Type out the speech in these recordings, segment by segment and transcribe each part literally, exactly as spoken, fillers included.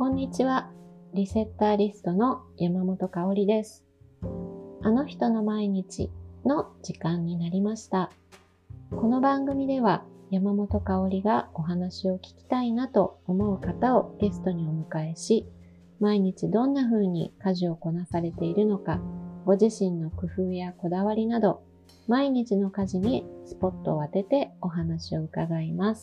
こんにちは。リセッターリストの山本香織です。あの人の毎日の時間になりました。この番組では山本香織がお話を聞きたいなと思う方をゲストにお迎えし、毎日どんな風に家事をこなされているのか、ご自身の工夫やこだわりなど、毎日の家事にスポットを当ててお話を伺います。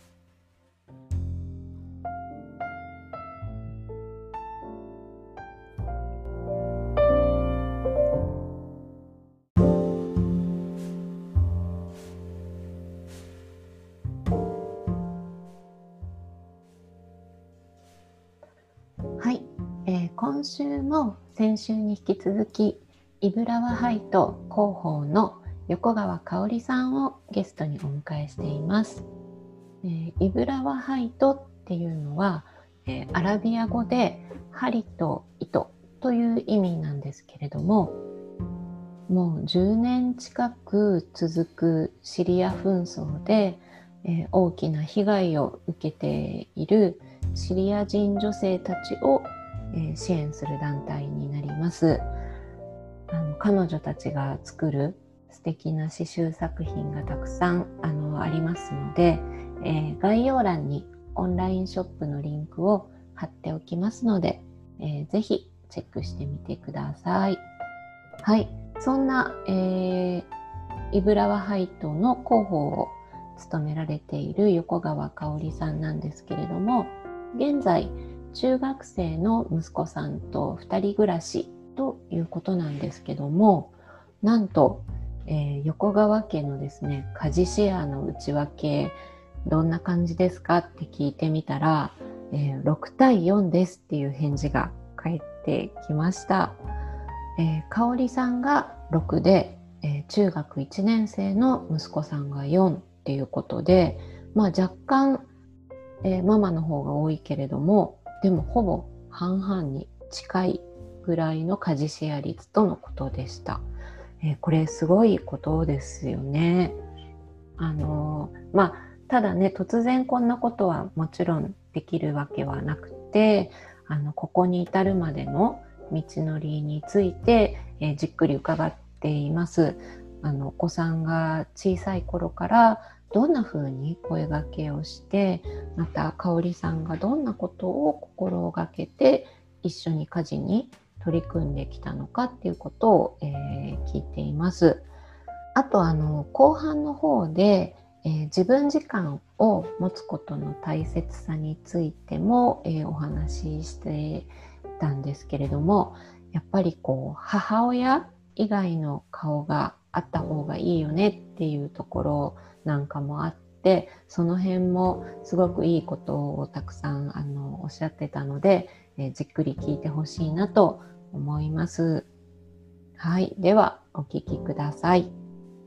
はい、えー、今週も先週に引き続きイブラワハイト広報の横川香織さんをゲストにお迎えしています。えー、イブラワハイトっていうのは、えー、アラビア語で針と糸という意味なんですけれども、もうじゅうねん近く続くシリア紛争で、えー、大きな被害を受けているシリア人女性たちを、えー、支援する団体になります。あの彼女たちが作る素敵な刺繍作品がたくさん あのありますので、えー、概要欄にオンラインショップのリンクを貼っておきますので、えー、ぜひチェックしてみてください。はい、そんな、えー、イブラワハイトの広報を務められている横川香織さんなんですけれども、現在中学生の息子さんとふたり暮らしということなんですけども、なんと、えー、横川家のですね、家事シェアの内訳どんな感じですかって聞いてみたら、えー、ろくたいよんですっていう返事が返ってきました。えー、香織さんがろくで、えー、中学いちねん生の息子さんがよんっていうことで、まあ、若干、えー、ママの方が多いけれども、でもほぼ半々に近いぐらいの家事シェア率とのことでした。えー、これすごいことですよね。あのー、まあただね、突然こんなことはもちろんできるわけはなくて、あのここに至るまでの道のりについて、えー、じっくり伺っています。あのお子さんが小さい頃からどんな風に声掛けをして、また香織さんがどんなことを心がけて一緒に家事に取り組んできたのかっていうことを、えー、聞いています。あとあの後半の方で、えー、自分時間を持つことの大切さについても、えー、お話ししてたんですけれども、やっぱりこう母親以外の顔があった方がいいよねっていうところなんかもあって、その辺もすごくいいことをたくさんあのおっしゃってたので、えー、じっくり聞いてほしいなと思います。はい、ではお聞きください。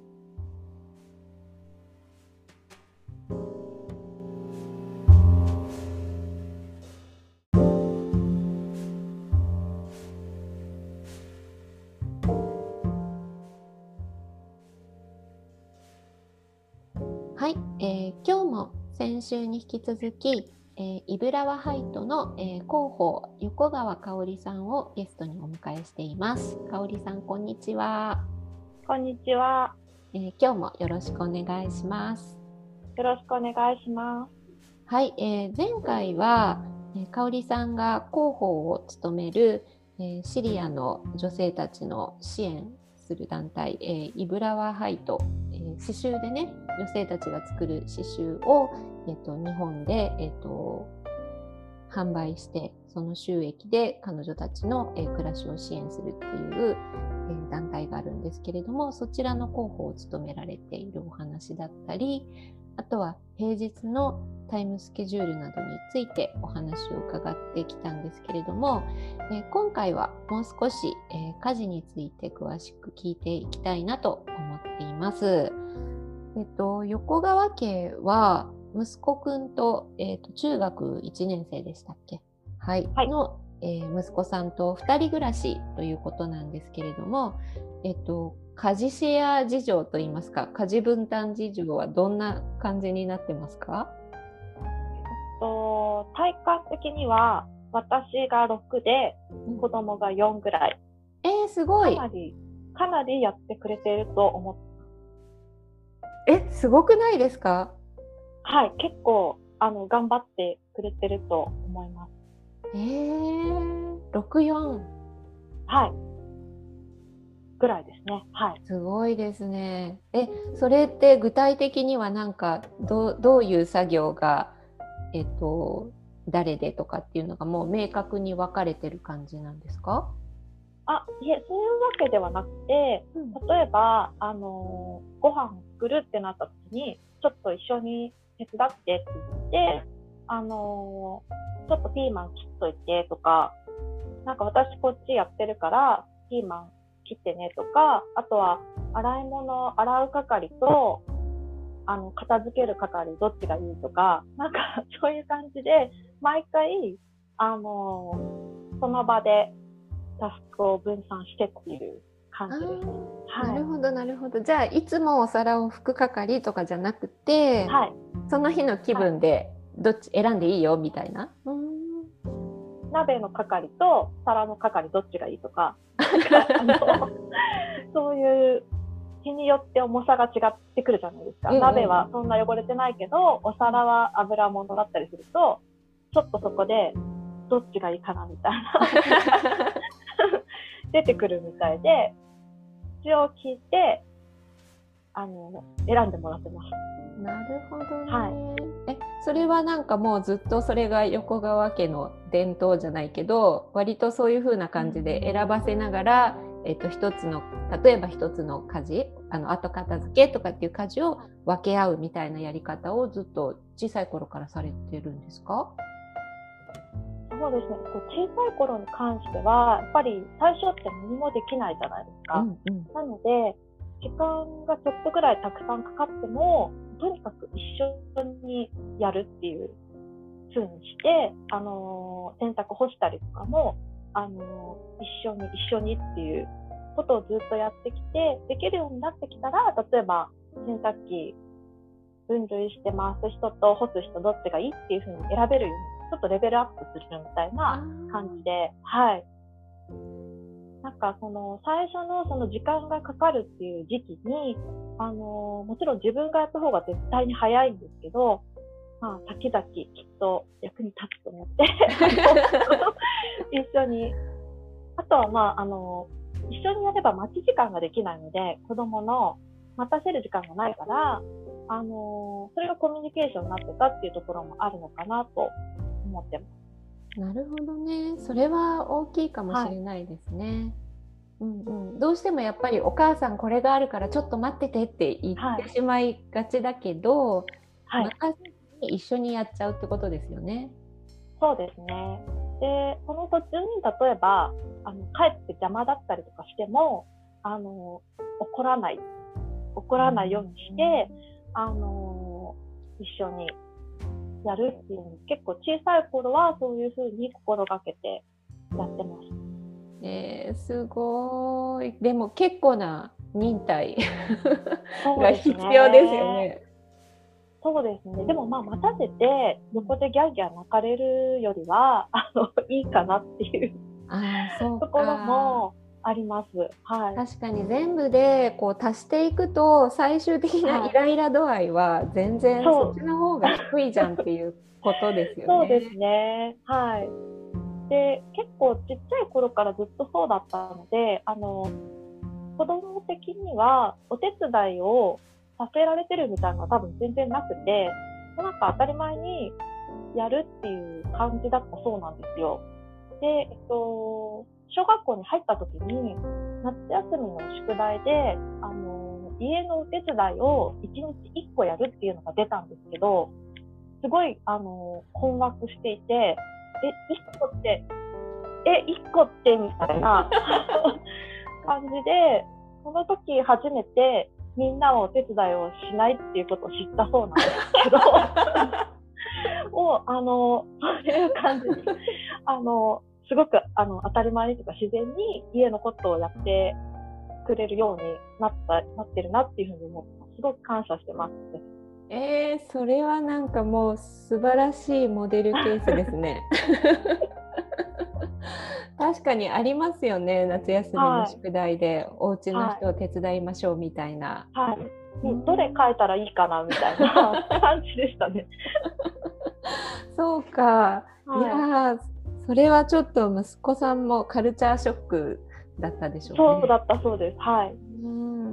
はい、えー、今日も先週に引き続き、えー、イブラワハイトの、えー、広報横川香織さんをゲストにお迎えしています。香織さん、こんにちは。 こんにちは、 えー、今日もよろしくお願いします。 よろしくお願いします。 はい、えー、前回は、えー、香織さんが広報を務める、えー、シリアの女性たちの支援する団体、えー、イブラワハイト、えー、刺繍でね、女性たちが作る刺繍を、えー、と日本で、えー、と販売して、その収益で彼女たちの、えー、暮らしを支援するっていう、えー、団体があるんですけれども、そちらの広報を務められているお話だったり、あとは平日のタイムスケジュールなどについてお話を伺ってきたんですけれども、えー、今回はもう少し、えー、家事について詳しく聞いていきたいなと思っています。えっと、横川家は息子くんと、えっと、中学いちねん生でしたっけ、はい、はい、の、えー、息子さんとふたり暮らしということなんですけれども、えっと、家事シェア事情といいますか、家事分担事情はどんな感じになってますか？ えっと、体感的には私がろくで子供がよんぐらい、 えー、すごい。 かなりかなりやってくれていると思って。 え、すごくないですか？ はい、結構あの頑張ってくれてると思います。 えー、ろく、よん。 はい。ぐらいですね。はい。 すごいですね。え、それって具体的にはなんかどう、どういう作業が、えっと、誰でとかっていうのがもう明確に分かれてる感じなんですか？ あ、いえ、そういうわけではなくて、 うん、 例えば、あのーご飯を作るってなった時に、ちょっと一緒に手伝ってって言って、あのーちょっとピーマン切っといてとか、なんか私こっちやってるから、ピーマン切ってねとか、あとは洗い物洗う係と、あの、片付ける係どっちがいいとか、なんかそういう感じで、毎回、あのーその場でタスクを分散してっていう感じです。はい、 なるほどなるほど。じゃあいつもお皿を拭く係とかじゃなくて、 はい、 その日の気分でどっち選んでいいよみたいな。うーん、 鍋の係と皿の係どっちがいいとか、なんかあのそういう日によって重さが違ってくるじゃないですか。うんうん、鍋はそんな汚れてないけど、お皿は油物だったりすると、ちょっとそこでどっちがいいかなみたいな出てくるみたいで、一応聞いてあの選んでもらってます。 なるほどね。 はい、 え、それはなんかもうずっとそれが横川家の伝統じゃないけど、割とそういう風な感じで選ばせながら、えっと、一つの例えば一つの家事、あの後片付けとかっていう家事を分け合うみたいなやり方をずっと小さい頃からされてるんですか？ そうですね。小さい頃に関してはやっぱり最初って何もできないじゃないですか。うんうん、なので時間がちょっとぐらいたくさんかかっても、とにかく一緒にやるっていう風にして、あのー、洗濯干したりとかも、あのー、一緒に一緒にっていうことをずっとやってきて、できるようになってきたら、例えば洗濯機分類して回す人と干す人どっちがいいっていう風に選べるようにちょっとレベルアップするみたいな感じで、はい。なんかその最初のその時間がかかるっていう時期に、あのー、もちろん自分がやった方が絶対に早いんですけど、まあ、先々きっと役に立つと思って一緒に、あとはまあ、あのー、一緒にやれば待ち時間ができないので、子供の待たせる時間がないから、あのー、それがコミュニケーションになってたっていうところもあるのかなと思ってます。 なるほどね。それは大きいかもしれないですね。はい、うんうん、どうしてもやっぱりお母さんこれがあるからちょっと待っててって言ってしまいがちだけど、はい、待たずに一緒にやっちゃうってことですよね。 そうですね。で、その途中に例えばあの帰って邪魔だったりとかしても、あの怒らない怒らないようにして、うん、あの一緒にやるっていうの結構小さい頃はそういう風に心がけてやってます。 えー、すごい。でも結構な忍耐が必要ですよね。 そうですね。でもまあ待たせて横でギャーギャー泣かれるよりはあのいいかなっていうあー、そうか、 ところもあります。はい、 確かに全部でこう足していくと最終的なイライラ度合いは全然そっちの方が低いじゃんっていうことですよね。 そうですね。はい。で、結構ちっちゃい頃からずっとそうだったので、あの子供的にはお手伝いをさせられてるみたいなのは多分全然なくて、なんか当たり前にやるっていう感じだったそうなんですよ。で、えっと、小学校に入った時に夏休みの宿題で、あの家のお手伝いをいちにちいっこやるっていうのが出たんですけど、すごいあの困惑していて、え、いっこって、え、いっこってみたいな感じで、その時初めてみんなはお手伝いをしないっていうことを知ったそうなんですけどをあのそういう感じにあのすごくあの当たり前にとか自然に家のことをやってくれるようになったなってるなっていうふうに思ってます。すごく感謝してます。 えー、それはなんかもう素晴らしいモデルケースですね確かにありますよね、夏休みの宿題で、はい、お家の人を手伝いましょうみたいな。 はい、はい、どれ書いたらいいかなみたいな感じでしたね。 そうか、 はい、 いやそれはちょっと息子さんもカルチャーショックだったでしょうね。 そうだったそうです。はい。 うん、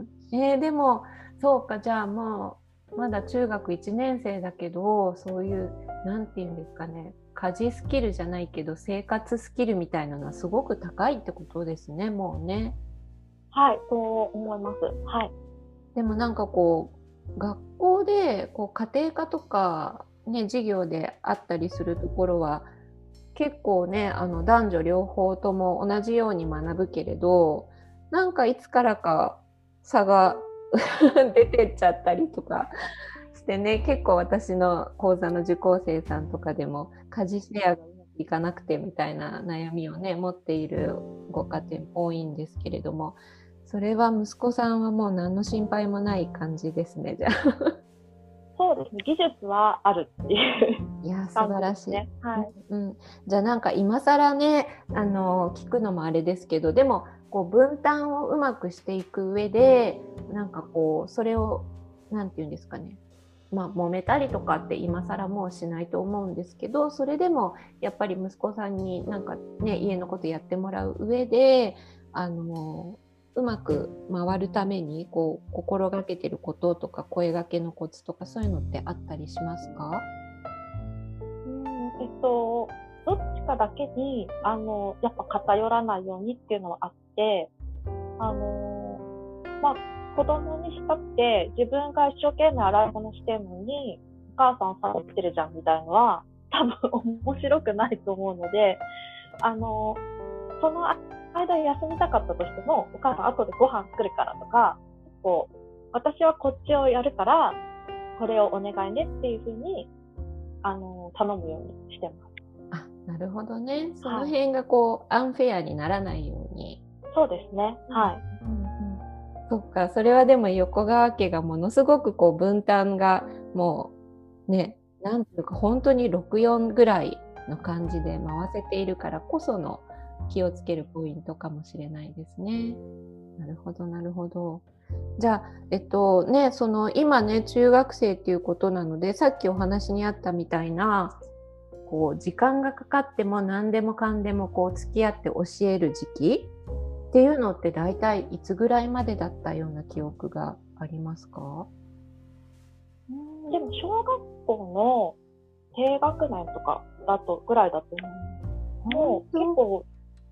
えー、でもそうか、じゃあもうまだ中学いちねん生だけど、そういうなんていうんですかね、家事スキルじゃないけど生活スキルみたいなのはすごく高いってことですね、もうね。 はい、そう思います。はい。 でもなんかこう学校でこう家庭科とかね授業であったりするところは結構ね、あの男女両方とも同じように学ぶけれど、なんかいつからか差が出てっちゃったりとかしてね、結構私の講座の受講生さんとかでも家事シェアがうまくいかなくてみたいな悩みをね持っているご家庭も多いんですけれども、それは息子さんはもう何の心配もない感じですね、じゃあ。 そうですね、技術はあるっていう。 いや素晴らしい、 ね、はい、 うん、じゃあなんか今更ねあの聞くのもあれですけど、でもこう分担をうまくしていく上でなんかこうそれをなんていうんですかね、まあ揉めたりとかって今更もうしないと思うんですけど、それでもやっぱり息子さんになんかね家のことやってもらう上であのうまく回るためにこう心がけてることとか声がけのコツとかそういうのってあったりしますか？ えっと、どっちかだけにあのやっぱ偏らないようにっていうのはあって、あのまあ子供にしたって自分が一生懸命洗い物してるのにお母さんサボってるじゃんみたいのは多分面白くないと思うので、あのその間休みたかったとしてもお母さん後でご飯作るからとか、こう私はこっちをやるからこれをお願いねっていう風にあの頼むようにしてます。 あ、なるほどね。その辺がこう、はい、アンフェアにならないように。 そうですね。はい。 うんうん、そっか、それはでも横川家がものすごくこう分担がもうね、なんていうか本当にろくよんぐらいの感じで回せているからこその気をつけるポイントかもしれないですね。なるほどなるほど。じゃあえっとね、その今ね中学生っていうことなので、さっきお話にあったみたいなこう時間がかかっても何でもかんでもこう付き合って教える時期っていうのって大体いつぐらいまでだったような記憶がありますか？ うん、でも小学校の低学年とかだとぐらいだと思う。もう結構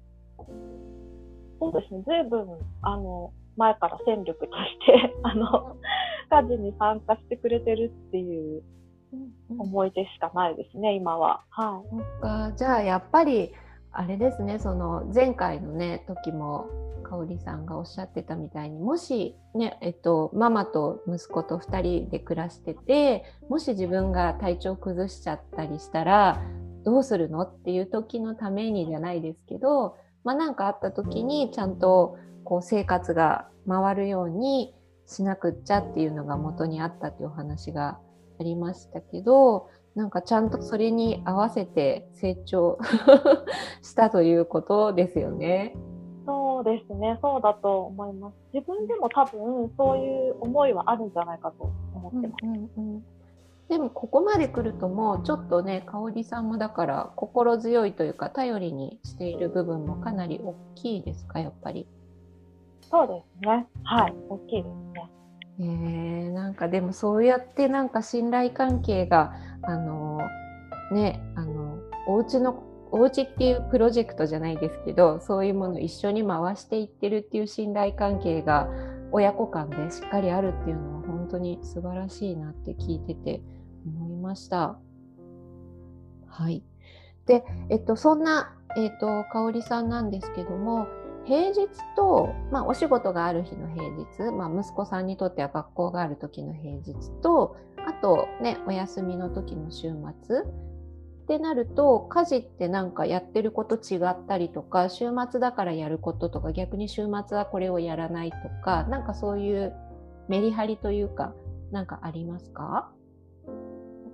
そうですね、ずいぶんあの前から戦力としてあの家事に参加してくれてるっていう思い出しかないですね、今は。はい。 そっか、じゃあやっぱりあれですね、その前回のね時も香織さんがおっしゃってたみたいに、もしね、えっと、ママと息子とふたりで暮らしてて、もし自分が体調崩しちゃったりしたらどうするのっていう時のためにじゃないですけど、まあ、なんかあった時にちゃんとこう生活が回るようにしなくっちゃっていうのが元にあったっていうお話がありましたけど、なんかちゃんとそれに合わせて成長したということですよね。 そうですね、そうだと思います。自分でも多分そういう思いはあるんじゃないかと思ってます。うんうんうん、 でもここまで来るともうちょっとね、香織さんもだから心強いというか頼りにしている部分もかなり大きいですか、やっぱり。 そうですね、はい、大きいですね。 えー、なんかでもそうやってなんか信頼関係があのね、あのお家のお家っていうプロジェクトじゃないですけど、そういうものを一緒に回していってるっていう信頼関係が親子間でしっかりあるっていうのは本当に素晴らしいなって聞いてて思いました。はい。で、えっと、そんな、えっと、香織さんなんですけども、平日と、まあ、お仕事がある日の平日、まあ、息子さんにとっては学校がある時の平日と、あとね、お休みの時の週末ってなると、家事ってなんかやってること違ったりとか、週末だからやることとか、逆に週末はこれをやらないとか、なんかそういうメリハリというか、なんかありますか？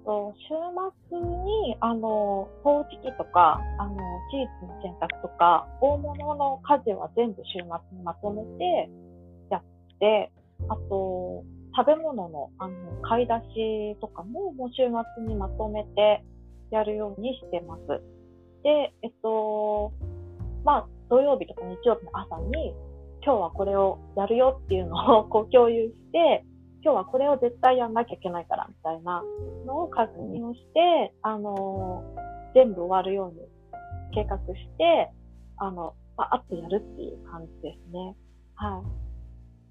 と、週末に、あの、掃除機とか、あの、シーツの洗濯とか、大物の家事は全部週末にまとめてやって、あと、食べ物の、あの、買い出しとかも、もう週末にまとめてやるようにしてます。で、えっと、まあ、土曜日とか日曜日の朝に、今日はこれをやるよっていうのをこう共有して、今日はこれを絶対やんなきゃいけないからみたいなのを確認をして、あのー、全部終わるように計画して、あの、まあ、あとやるっていう感じですね。はい。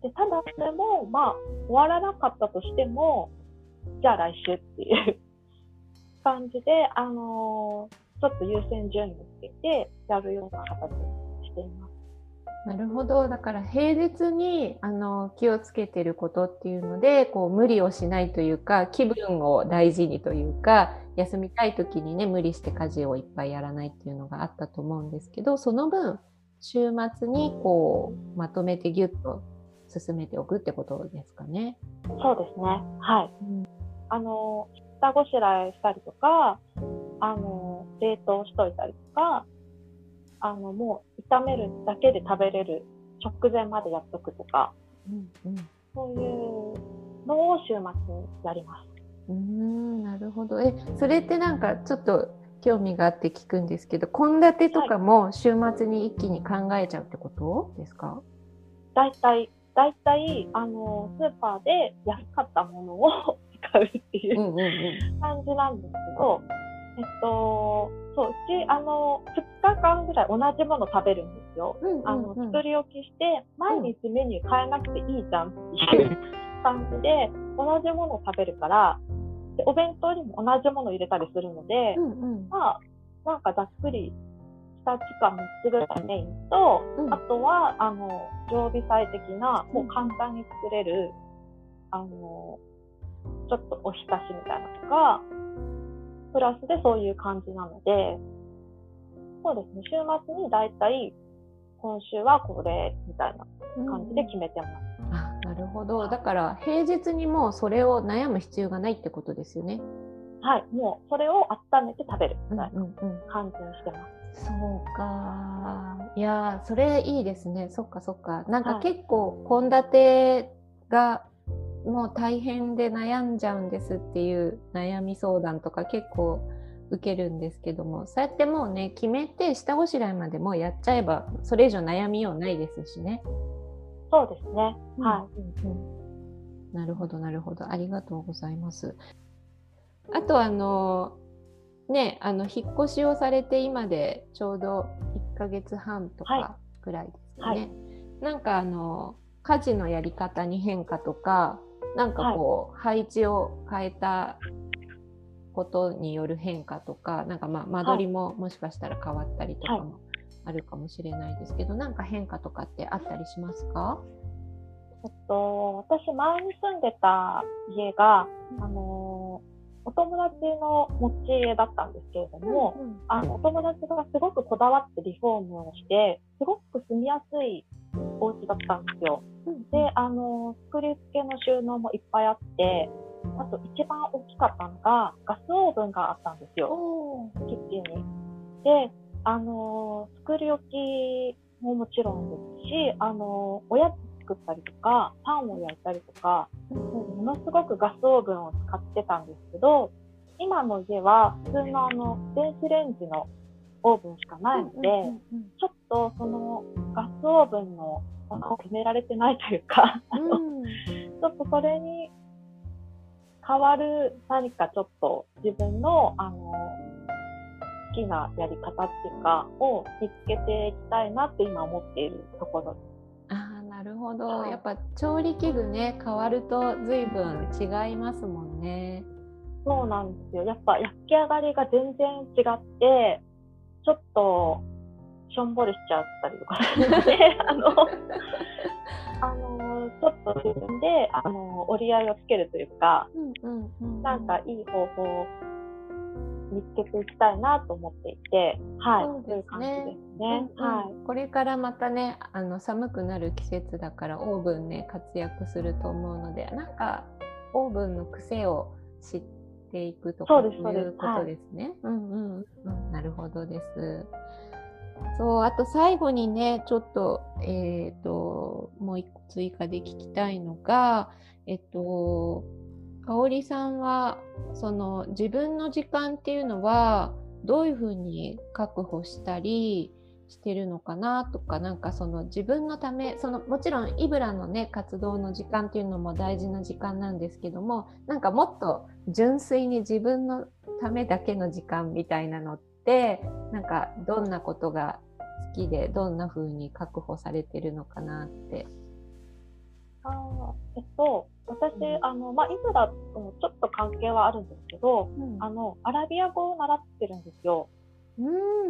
で、ただそれも、まあ、終わらなかったとしても、じゃあ来週っていう感じで、あのー、ちょっと優先順位をつけてやるような形にしています。 なるほど。だから平日にあの気をつけてることっていうので、こう無理をしないというか、気分を大事にというか、休みたい時にね、無理して家事をいっぱいやらないっていうのがあったと思うんですけど、その分週末にこうまとめてギュッと進めておくってことですかね。 そうですね。はい。うん、あの下ごしらえしたりとか、あの冷凍しといたりとか。あのもう炒めるだけで食べれる直前までやっとくとか、うんうん、そういうのを週末にやります。 うーん、なるほど。え、それってなんかちょっと興味があって聞くんですけど、献立とかも週末に一気に考えちゃうってことですか？ だいたいだいたいあのスーパーで安かったものを使うっていう感じなんですけど、えっと、そう、うち、あの、ふつかかんぐらい同じもの食べるんですよ。うんうんうん、あの、作り置きして、毎日メニュー変えなくていいじゃんっていう感じで、同じものを食べるから、でお弁当にも同じものを入れたりするので、うんうん、まあ、なんかざっくりふたつかみっつぐらいメインと、うん、あとは、あの、常備菜的な、もう簡単に作れる、あの、ちょっとおひたしみたいなとか、プラスでそういう感じなので、そうですね、週末にだいたい今週はこれみたいな感じで決めてます。 うん、あ、なるほど。だから平日にもうそれを悩む必要がないってことですよね。 はい、もうそれを温めて食べるみたいな感じにしてます。 うんうんうん、そうか。いや、それいいですね。そっかそっか。なんか結構献立がもう大変で悩んじゃうんですっていう悩み相談とか結構受けるんですけども、そうやってもうね、決めて下ごしらえまでもうやっちゃえばそれ以上悩みようないですしね。 そうですね、うん、はい、うんうん、なるほどなるほど、ありがとうございます。あとあのね、あの引っ越しをされて今でちょうどいっかげつはんとかぐらいですよね、はいはい、なんかあの家事のやり方に変化とか、なんかこう、はい、配置を変えたことによる変化とか、なんかまあ間取りももしかしたら変わったりとかもあるかもしれないですけど、はい、なんか変化とかってあったりしますか？ えっと、私前に住んでた家が、あのお友達の持ち家だったんですけれども、うんうん、あのお友達がすごくこだわってリフォームをして、すごく住みやすいお家だったんですよ。うん、で、あの作り付けの収納もいっぱいあって、あと一番大きかったのがガスオーブンがあったんですよ、キッチンに。で、あの作り置きももちろんですし、あのおやつ作ったりとかパンを焼いたりとか、ものすごくガスオーブンを使ってたんですけど、今の家は普通のあの電子レンジのオーブンしかないので、うんうんうんうん、ちょっとそのガスオーブンのものを決められてないというか、うん、ちょっとそれに変わる何かちょっと自分のあの好きなやり方っていうかを見つけていきたいなって今思っているところです。 あ、なるほど、はい、やっぱ調理器具ね変わると随分違いますもんね。 そうなんですよ。やっぱ焼き上がりが全然違ってちょっとしょんぼりしちゃったりとかするのであのあのちょっと自分であの折り合いをつけるというか、うんうんうん、なんかいい方法を見つけていきたいなと思っていて、はい、そうですね、そういう感じですね、うんうん、はい、 これからまたね、あの寒くなる季節だからオーブンね活躍すると思うので、なんかオーブンの癖を知っていくとかそうですそういうことですね。はい、うんうんうん、なるほどです。そう、あと最後にね、ちょっと、えっと、もう一個追加で聞きたいのが、えっと、かおりさんは、その自分の時間っていうのは、どういうふうに確保したりしてるのかなとか、なんかその自分のため、そのもちろんイブラのね、活動の時間っていうのも大事な時間なんですけども、なんかもっと純粋に自分のためだけの時間みたいなのって、なんかどんなことが好きでどんな風に確保されてるのかなって。 あえっと私、うん、あのまあ、イブラともちょっと関係はあるんですけど、うん、あのアラビア語を習ってるんですよ。うん、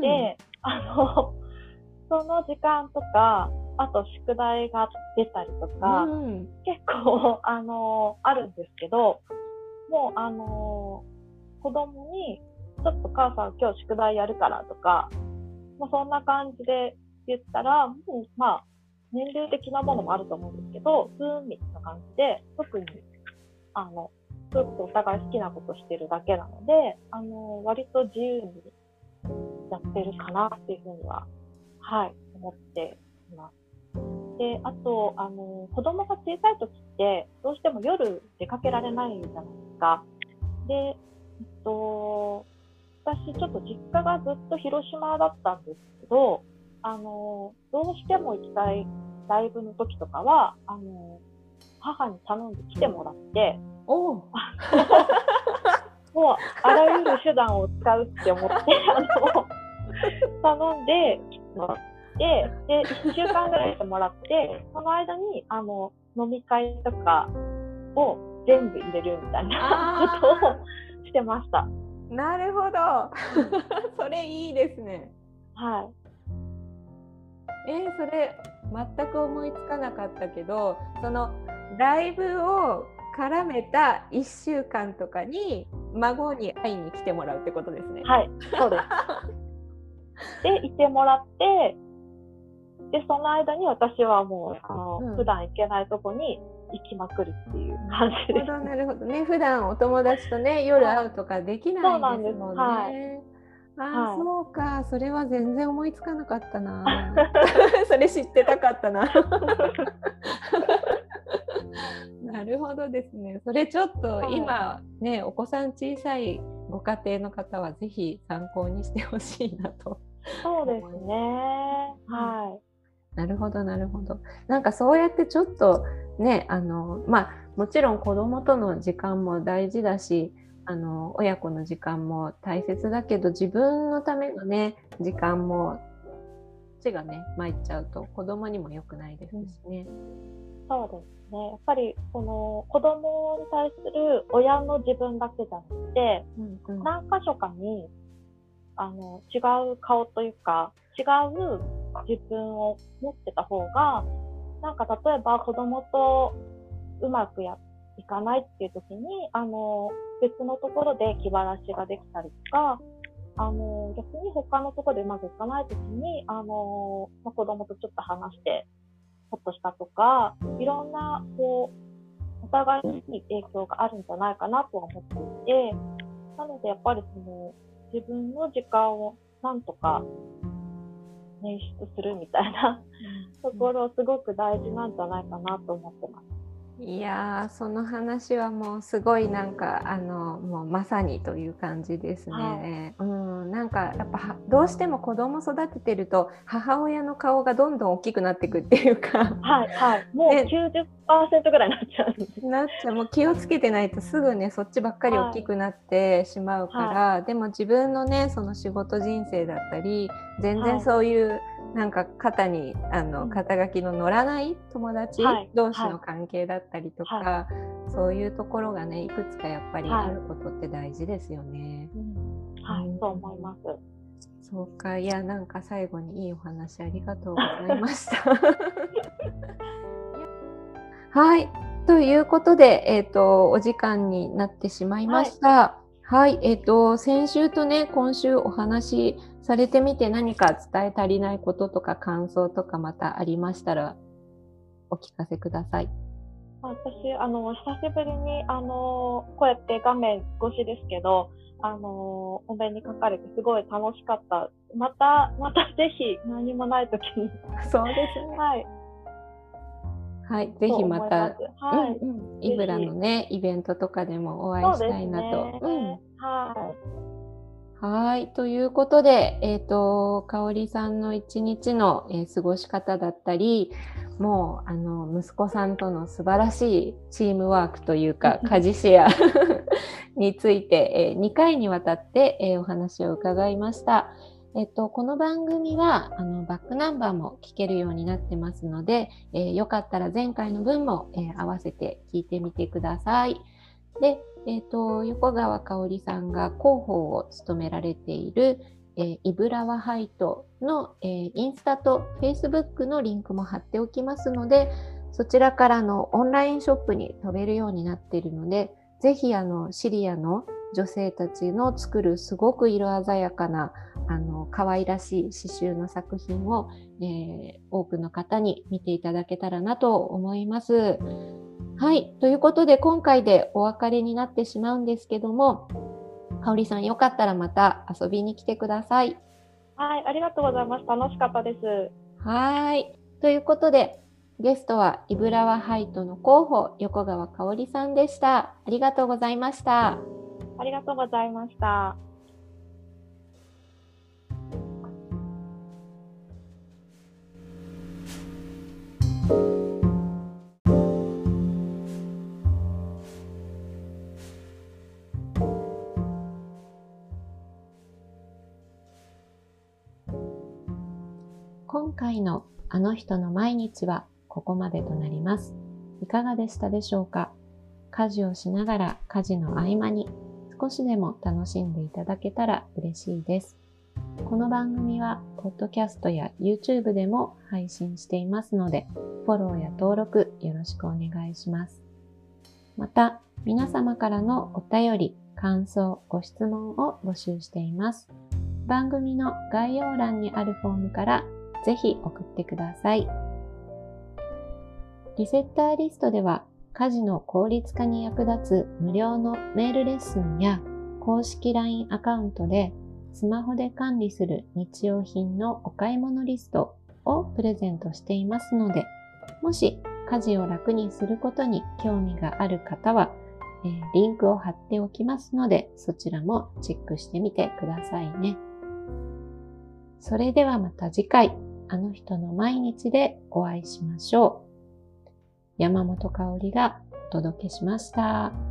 であのその時間とか、あと宿題が出たりとか、うん、結構あのあるんですけど、もうあの子供にちょっと母さん今日宿題やるからとか、もうそんな感じで言ったら、もうまあ年齢的なものもあると思うんですけど、うーんみたいな感じで、特にあのそういうことお互い好きなことしてるだけなので、あの割と自由にやってるかなっていうふうには、はい、思っています。で、あとあの子供が小さい時ってどうしても夜出かけられないじゃないですか。で、えっと、私ちょっと実家がずっと広島だったんですけど、あのどうしても行きたいライブの時とかはあの母に頼んで来てもらって、おもうあらゆる手段を使うって思ってあの頼んで来てもらってでいっしゅうかんぐらいしてもらってその間にあの飲み会とかを全部入れるみたいなことをしてました。 なるほどそれいいですね。 はい。 えー、それ全く思いつかなかったけど、そのライブを絡めたいっしゅうかんとかに孫に会いに来てもらうってことですね。 はい、そうですでいてもらってでその間に私はもうあの、うん、普段行けないとこに行きまくるっていう感じです。 なるほどね。普段お友達とね夜会うとかできないですもんね。はい、あ、はい、そうか、それは全然思いつかなかったなそれ知ってたかったななるほどですね。それちょっと今ね、お子さん小さいご家庭の方はぜひ参考にしてほしいなと。 そうですね。はい。 なるほどなるほど。なんかそうやってちょっとね、あのまあもちろん子供との時間も大事だし、あの親子の時間も大切だけど、自分のためのね時間も血がね参っちゃうと子供にも良くないですしね。 うん、そうですね。やっぱりその子供に対する親の自分だけじゃなくて、うんうん、何箇所かにあの違う顔というか違う自分を持ってた方が、なんか例えば子供とうまくやいかないっていう時にあの別のところで気晴らしができたりとか、あの逆に他のところでうまくいかない時にあの、まあ、子供とちょっと話してほっとしたとか、いろんなこうお互いにいい影響があるんじゃないかなとは思っていて、なのでやっぱりその自分の時間をなんとか捻出するみたいなところすごく大事なんじゃないかなと思ってます。 いやー、その話はもうすごいなんかあのもうまさにという感じですね。はい、うん、なんかやっぱどうしても子供育ててると母親の顔がどんどん大きくなっていくっていうか、 はいはい、もう きゅうじゅっパーセント ぐらいになっちゃうんです。 なっちゃう。もう気をつけてないとすぐねそっちばっかり大きくなってしまうから、はい、でも自分のねその仕事人生だったり全然そういう、はい、なんか肩にあの肩書きの乗らない友達同士の関係だったりとか、はいはい、そういうところがねいくつかやっぱりあることって大事ですよね。 はい、うん、そう思います。 そうか、いやなんか最後にいいお話ありがとうございましたはい、ということで、えーと、お時間になってしまいました。はい、はい、えーと、先週とね今週お話しされてみて何か伝え足りないこととか感想とかまたありましたらお聞かせください。 私、あの、久しぶりに、あの、こうやって画面越しですけど、あの、お目にかかれてすごい楽しかった。また、またぜひ何もない時に。 そうですね。 はい。 はい、ぜひまた、 はい、 うんうん、イブラのね、イベントとかでもお会いしたいなと。 うん、はい。 はい。ということで、えっと、かおりさんの一日の、えー、過ごし方だったり、もう、あの、息子さんとの素晴らしいチームワークというか、家事シェアについて、えー、にかいにわたって、えー、お話を伺いました。えっと、この番組は、あの、バックナンバーも聞けるようになってますので、えー、よかったら前回の分も、えー、合わせて聞いてみてください。で、えっと、横川かおりさんが広報を務められている、えー、イブラワハイトの、えー、インスタとフェイスブックのリンクも貼っておきますので、そちらからのオンラインショップに飛べるようになっているので、ぜひあのシリアの女性たちの作るすごく色鮮やかなあの可愛らしい刺繍の作品を、えー、多くの方に見ていただけたらなと思います。はい。ということで、今回でお別れになってしまうんですけども、かおりさん、よかったらまた遊びに来てください。 はい、ありがとうございます。楽しかったです。 はい。ということで、ゲストはイブラワハイトの広報、横川かおりさんでした。ありがとうございました。 ありがとうございました。 今回のあの人の毎日はここまでとなります。いかがでしたでしょうか？家事をしながら家事の合間に少しでも楽しんでいただけたら嬉しいです。この番組はポッドキャストや YouTube でも配信していますので、フォローや登録よろしくお願いします。また、皆様からのお便り、感想、ご質問を募集しています。番組の概要欄にあるフォームからぜひ送ってください。リセッターリストでは家事の効率化に役立つ無料のメールレッスンや公式 ライン アカウントでスマホで管理する日用品のお買い物リストをプレゼントしていますので、もし家事を楽にすることに興味がある方は、えー、リンクを貼っておきますので、そちらもチェックしてみてくださいね。それではまた次回、あの人の毎日でお会いしましょう。山本香織がお届けしました。